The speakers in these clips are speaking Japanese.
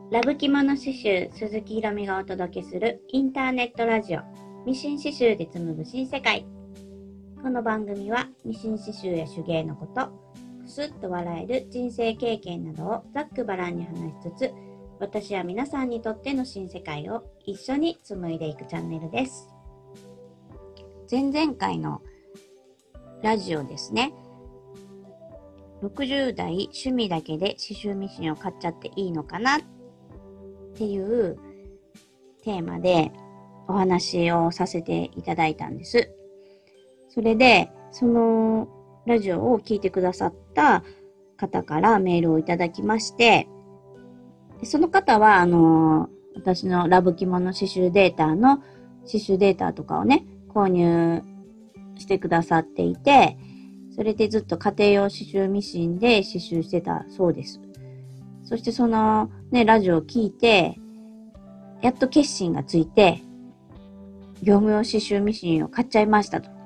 ラブ着物刺繍鈴木ひろみがお届けするインターネットラジオミシン刺繍で紡ぐ新世界。この番組はミシン刺繍や手芸のこと、くすっと笑える人生経験などをざっくばらんに話しつつ、私や皆さんにとっての新世界を一緒に紡いでいくチャンネルです。前々回のラジオですね、60代趣味だけで刺繍ミシンを買っちゃっていいのかなっていうテーマでお話をさせていただいたんです。それでそのラジオを聞いてくださった方からメールをいただきまして、その方は私のラブ着物刺繍データの刺繍データとかをね購入してくださっていて、それでずっと家庭用刺繍ミシンで刺繍してたそうです。そしてそのねラジオを聞いてやっと決心がついて業務用刺繍ミシンを買っちゃいましたと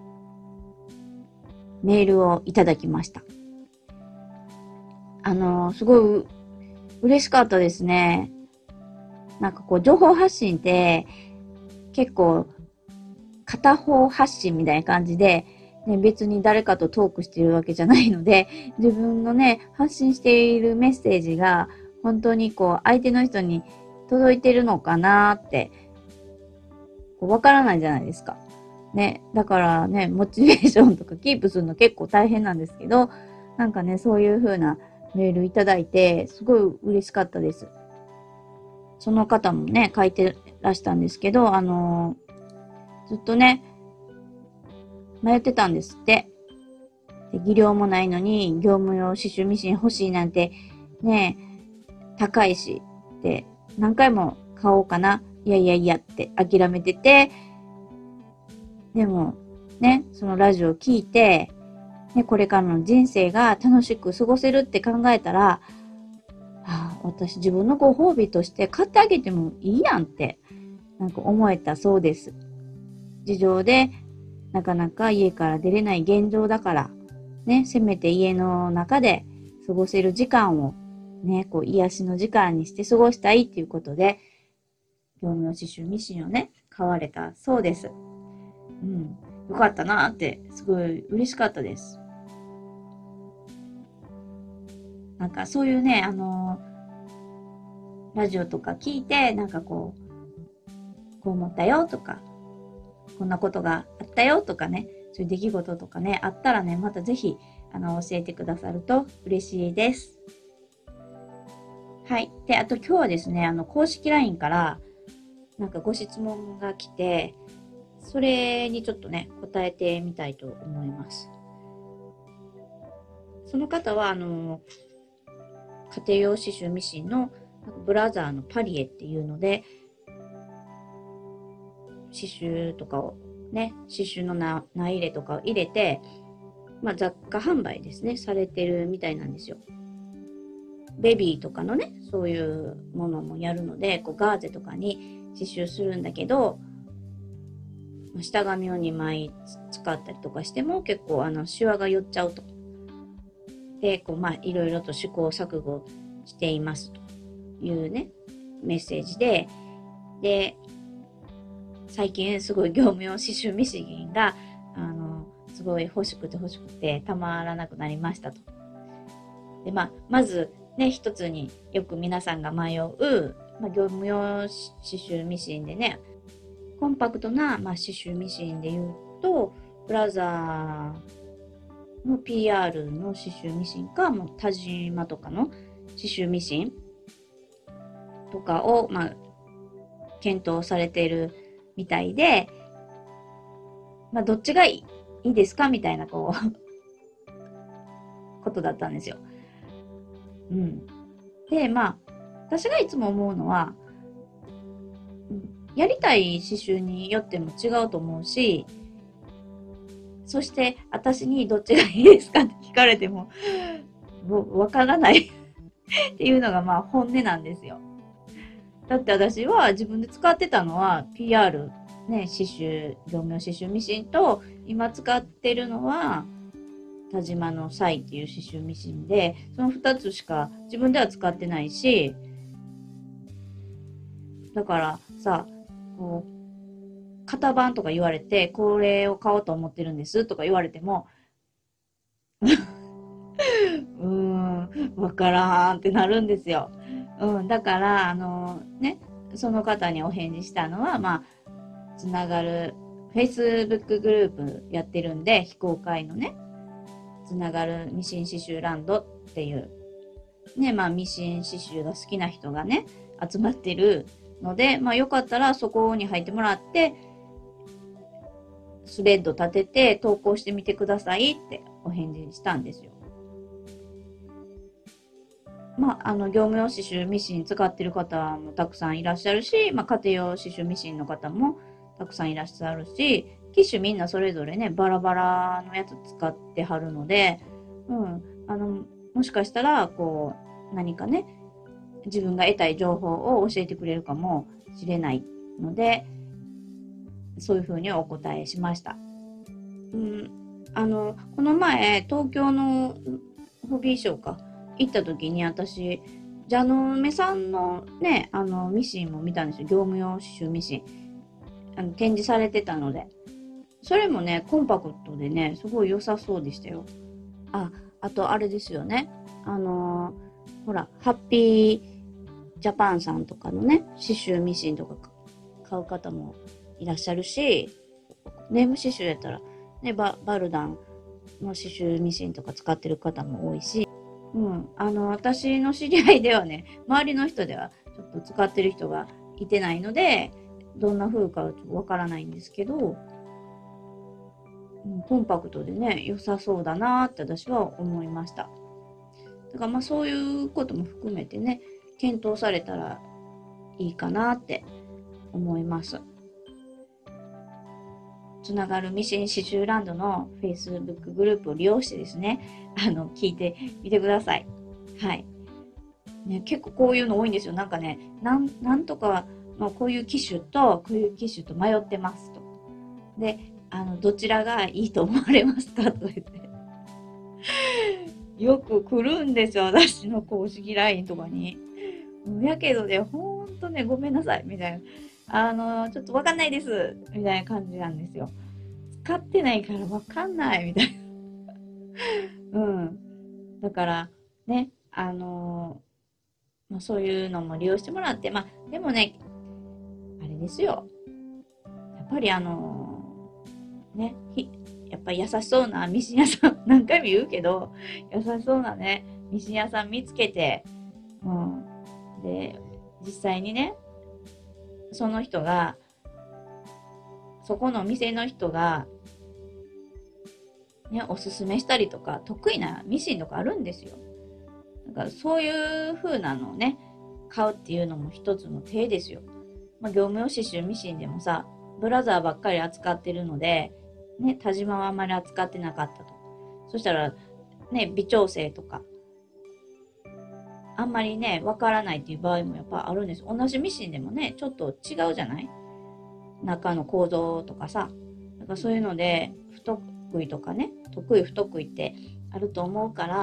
メールをいただきました。すごい嬉しかったですね。なんかこう情報発信って結構片方発信みたいな感じで、ね、別に誰かとトークしてるわけじゃないので、自分のね発信しているメッセージが本当にこう相手の人に届いてるのかなってわからないじゃないですか。ね、だからねモチベーションとかキープするの結構大変なんですけど、なんかねそういう風なメールいただいてすごい嬉しかったです。その方もね書いてらしたんですけど、ずっとね迷ってたんですって。で技量もないのに業務用刺繍ミシン欲しいなんてね高いしって何回も買おうかないやって諦めてて、でもねそのラジオを聞いて、ね、これからの人生が楽しく過ごせるって考えたら、私自分のご褒美として買ってあげてもいいやんってなんか思えたそうです。事情でなかなか家から出れない現状だからね、せめて家の中で過ごせる時間をね、こう癒しの時間にして過ごしたいっていうことで業務用刺繍ミシンをね買われたそうです。よかったなってすごい嬉しかったです。なんかそういうねラジオとか聞いてなんかこう思ったよとかこんなことがあったよとかね、そういう出来事とかねあったらねまたぜひ教えてくださると嬉しいです。はい。で、あと今日はですね、公式 LINE からなんかご質問が来て、それにちょっとね、答えてみたいと思います。その方は、家庭用刺繍ミシンのブラザーのパリエっていうので、刺繍とかをね、刺繍の苗入れとかを入れて、雑貨販売ですね、されてるみたいなんですよ。ベビーとかのねそういうものもやるのでこうガーゼとかに刺繍するんだけど、下紙を2枚使ったりとかしても結構シワが寄っちゃうと。でこういろいろと試行錯誤していますというねメッセージで、最近すごい業務用刺繍ミシンがすごい欲しくてたまらなくなりましたと。でまずね、一つによく皆さんが迷う、業務用刺繍ミシンでね、コンパクトな、刺繍ミシンで言うと、ブラザーの PR の刺繍ミシンか、もう田島とかの刺繍ミシンとかを、検討されているみたいで、どっちがいいですかみたいなことだったんですよ。で私がいつも思うのは、やりたい刺繍によっても違うと思うし、そして私にどっちがいいですかって聞かれてもわからないっていうのが本音なんですよ。だって私は自分で使ってたのは PR ね、刺繍業務用刺繍ミシンと今使ってるのは田島のサイっていう刺繍ミシンで、その2つしか自分では使ってないし、 だからさ、こう、型番とか言われて、これを買おうと思ってるんですとか言われても、わからんってなるんですよ。だから、その方にお返事したのは、つながる、Facebook グループやってるんで、非公開のね、つながるミシン刺繍ランドっていう、ね、ミシン刺繍が好きな人がね、集まってるので、よかったらそこに入ってもらって、スレッド立てて投稿してみてくださいってお返事したんですよ。業務用刺繍ミシン使ってる方もたくさんいらっしゃるし、家庭用刺繍ミシンの方もたくさんいらっしゃるし、機種みんなそれぞれね、バラバラのやつ使ってはるので、もしかしたら、何かね、自分が得たい情報を教えてくれるかもしれないので、そういうふうにお答えしました。この前、東京のホビーショーか、行った時に私、ジャノメさんのね、ミシンも見たんですよ。業務用刺繍ミシン。展示されてたので。それもね、コンパクトでね、すごい良さそうでしたよ。あとあれですよね。ほら、ハッピージャパンさんとかのね、刺繍ミシンとか買う方もいらっしゃるし、ネーム刺繍やったら、ね、バルダンの刺繍ミシンとか使ってる方も多いし、私の知り合いではね、周りの人ではちょっと使ってる人がいてないので、どんな風かはちょっとわからないんですけど、コンパクトでね、良さそうだなって私は思いました。だからそういうことも含めてね、検討されたらいいかなって思います。つながるミシン刺繍ランドの Facebook グループを利用してですね、聞いてみてください。はい。ね、結構こういうの多いんですよ。なんかね、なんとかのこういう機種と、こういう機種と迷ってますと。で、どちらがいいと思われますかと言って。よく来るんですよ、私の公式 LINE とかに。やけどね、ほんとね、ごめんなさい、みたいな。ちょっとわかんないです、みたいな感じなんですよ。使ってないからわかんない、みたいな。だから、ね、そういうのも利用してもらって、でもね、あれですよ。やっぱりね、やっぱり優しそうなミシン屋さん、何回も言うけど、優しそうなね、ミシン屋さん見つけて、で、実際にね、その人が、そこのお店の人が、ね、おすすめしたりとか、得意なミシンとかあるんですよ。だからそういう風なのをね、買うっていうのも一つの手ですよ。業務用刺繍ミシンでもさ、ブラザーばっかり扱ってるので、ね、田島はあんまり扱ってなかったと。そしたら、ね、微調整とか、あんまりね、わからないっていう場合もやっぱあるんです。同じミシンでもね、ちょっと違うじゃない？中の構造とかさ。だからそういうので、不得意とかね、得意不得意ってあると思うから、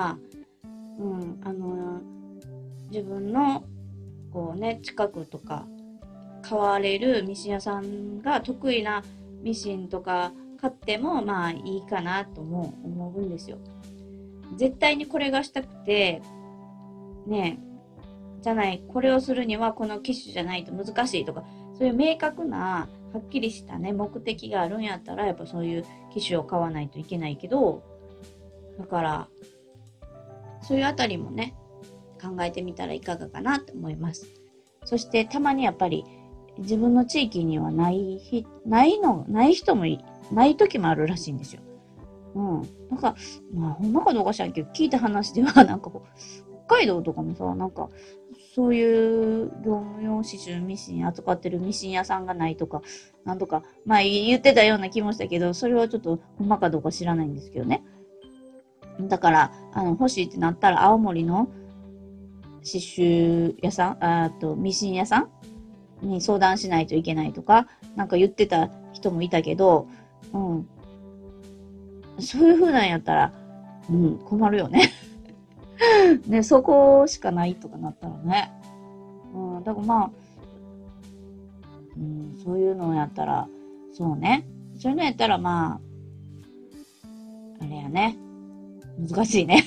自分のこうね、近くとか買われるミシン屋さんが得意なミシンとか買ってもいいかなとも思うんですよ。絶対にこれがしたくて、ね、じゃない、これをするにはこの機種じゃないと難しいとか、そういう明確な、はっきりしたね、目的があるんやったら、やっぱそういう機種を買わないといけないけど、だから、そういうあたりもね、考えてみたらいかがかなと思います。そしてたまにやっぱり自分の地域にはない人もない時もあるらしいんですよ。なんか、ほんまかどうか知らんけど、聞いた話では、なんか北海道とかもさ、なんか、そういう業務用刺繍ミシン扱ってるミシン屋さんがないとか、なんとか、言ってたような気もしたけど、それはちょっとほんまかどうか知らないんですけどね。だから、欲しいってなったら、青森の刺繍屋さん、ミシン屋さんに相談しないといけないとか、なんか言ってた人もいたけど、そういう風なんやったら、困るよね。ね、そこしかないとかなったらね。だからそういうのやったら、そうね。そういうのやったらまあ、あれやね。難しいね。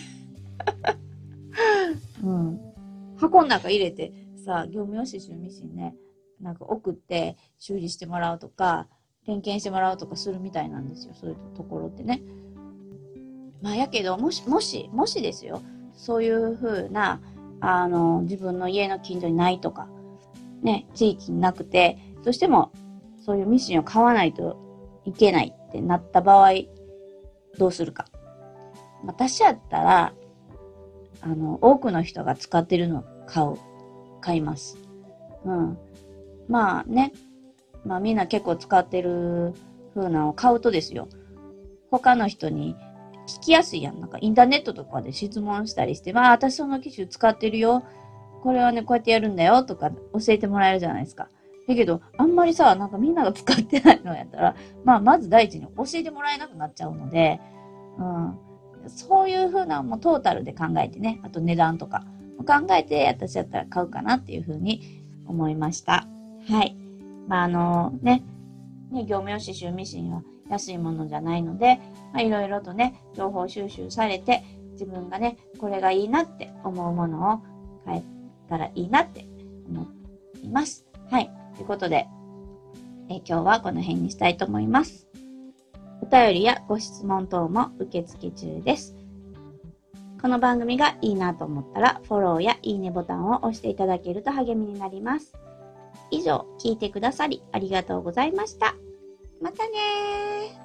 うん。箱の中入れてさ、業務用刺繍ミシンね、なんか送って修理してもらうとか、点検してもらうとかするみたいなんですよ。そういうところってね。まあやけど、もしですよ。そういう風な、自分の家の近所にないとか、ね、地域になくて、どうしてもそういうミシンを買わないといけないってなった場合、どうするか。私やったら、多くの人が使ってるのを買います。うん。まあね、まあみんな結構使ってる風なのを買うとですよ。他の人に聞きやすいやん。なんかインターネットとかで質問したりして、まあ私その機種使ってるよ。これはね、こうやってやるんだよとか教えてもらえるじゃないですか。だけど、あんまりさ、なんかみんなが使ってないのやったら、まあまず第一に教えてもらえなくなっちゃうので、うん。そういう風なもうトータルで考えてね、あと値段とか考えて私だったら買うかなっていう風に思いました。はい。まあ業務用刺繍ミシンは安いものじゃないので、まあ、いろいろとね、情報収集されて、自分がね、これがいいなって思うものを買えたらいいなって思います。はい。ということで、今日はこの辺にしたいと思います。お便りやご質問等も受付中です。この番組がいいなと思ったら、フォローやいいねボタンを押していただけると励みになります。以上、聞いてくださりありがとうございました。またねー。